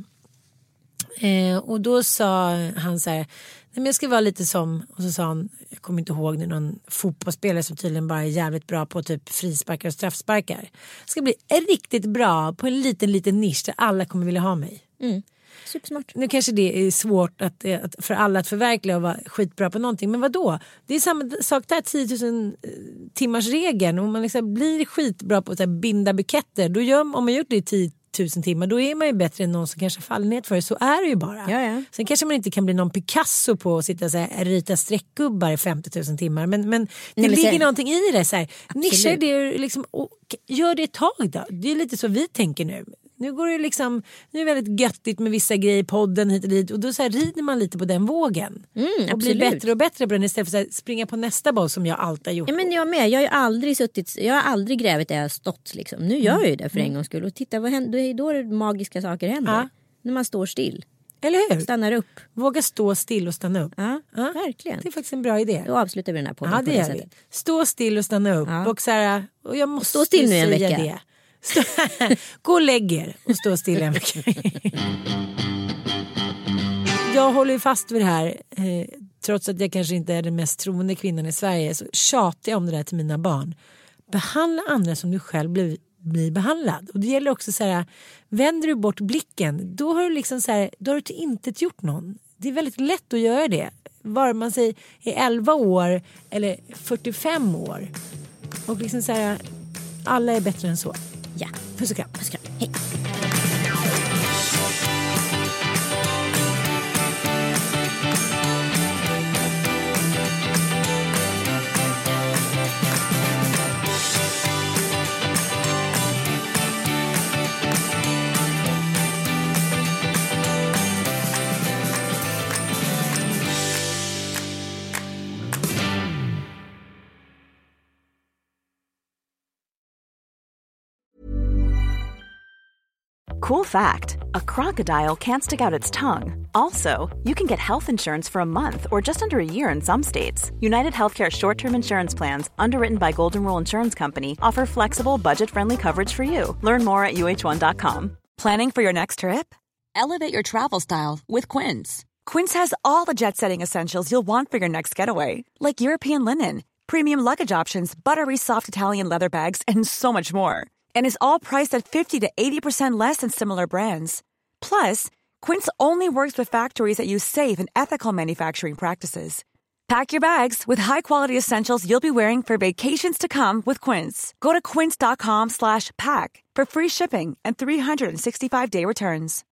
Och då sa han så här, nej, men jag ska vara lite som, och så sa han, jag kommer inte ihåg, någon fotbollsspelare som tydligen bara är jävligt bra på typ frisparkar och straffsparkar. Jag ska bli riktigt bra på en liten nisch där alla kommer vilja ha mig. Supersmart. Nu kanske det är svårt att för alla att förverkliga och vara skitbra på någonting. Men vadå? Det är samma sak där, 10 000 timmars regeln. Om man liksom blir skitbra på att binda buketter, då om man gjort det i 10 000 timmar, då är man ju bättre än någon som kanske faller ner för det. Så är det ju bara. Ja. Sen kanske man inte kan bli någon Picasso på att sitta så här, rita streckgubbar i 50 000 timmar. Men det ligger någonting i det. Så här. Nischer det liksom, och gör det ett tag då. Det är lite så vi tänker nu. Nu går det liksom, nu är det väldigt göttigt med vissa grejer i podden hit och dit. Och då så här, rider man lite på den vågen. Och blir bättre och bättre på den istället för att springa på nästa boll som jag alltid har gjort. Ja, men jag med. Jag har aldrig grävt där jag har stått liksom. Nu gör jag ju det för en gångs skull. Och titta vad händer, då är det magiska saker händer. Ja. När man står still. Eller hur? Stannar upp. Våga stå still och stanna upp. Ja, verkligen. Det är faktiskt en bra idé. Då avslutar vi den här podden på det sättet. Stå still och stanna upp. Ja. Och så här, och jag måste stå still nu en vecka. Det. Gå och lägg er och stå still en vecka. Jag håller fast vid det här. Trots att jag kanske inte är den mest troende kvinnan i Sverige, så tjatar jag om det där till mina barn. Behandla andra som du själv blir behandlad. Och det gäller också så här, vänder du bort blicken, då har du liksom så här, då har du till intet gjort någon. Det är väldigt lätt att göra det. Var man sig är 11 år eller 45 år. Och liksom så här, alla är bättre än så. Ja, puss och kram. Hej. Cool fact, a crocodile can't stick out its tongue. Also, you can get health insurance for a month or just under a year in some states. United Healthcare short-term insurance plans, underwritten by Golden Rule Insurance Company, offer flexible, budget-friendly coverage for you. Learn more at uh1.com. Planning for your next trip? Elevate your travel style with Quince. Quince has all the jet-setting essentials you'll want for your next getaway, like European linen, premium luggage options, buttery soft Italian leather bags, and so much more. And is all priced at 50 to 80% less than similar brands. Plus, Quince only works with factories that use safe and ethical manufacturing practices. Pack your bags with high-quality essentials you'll be wearing for vacations to come with Quince. Go to quince.com/pack for free shipping and 365-day returns.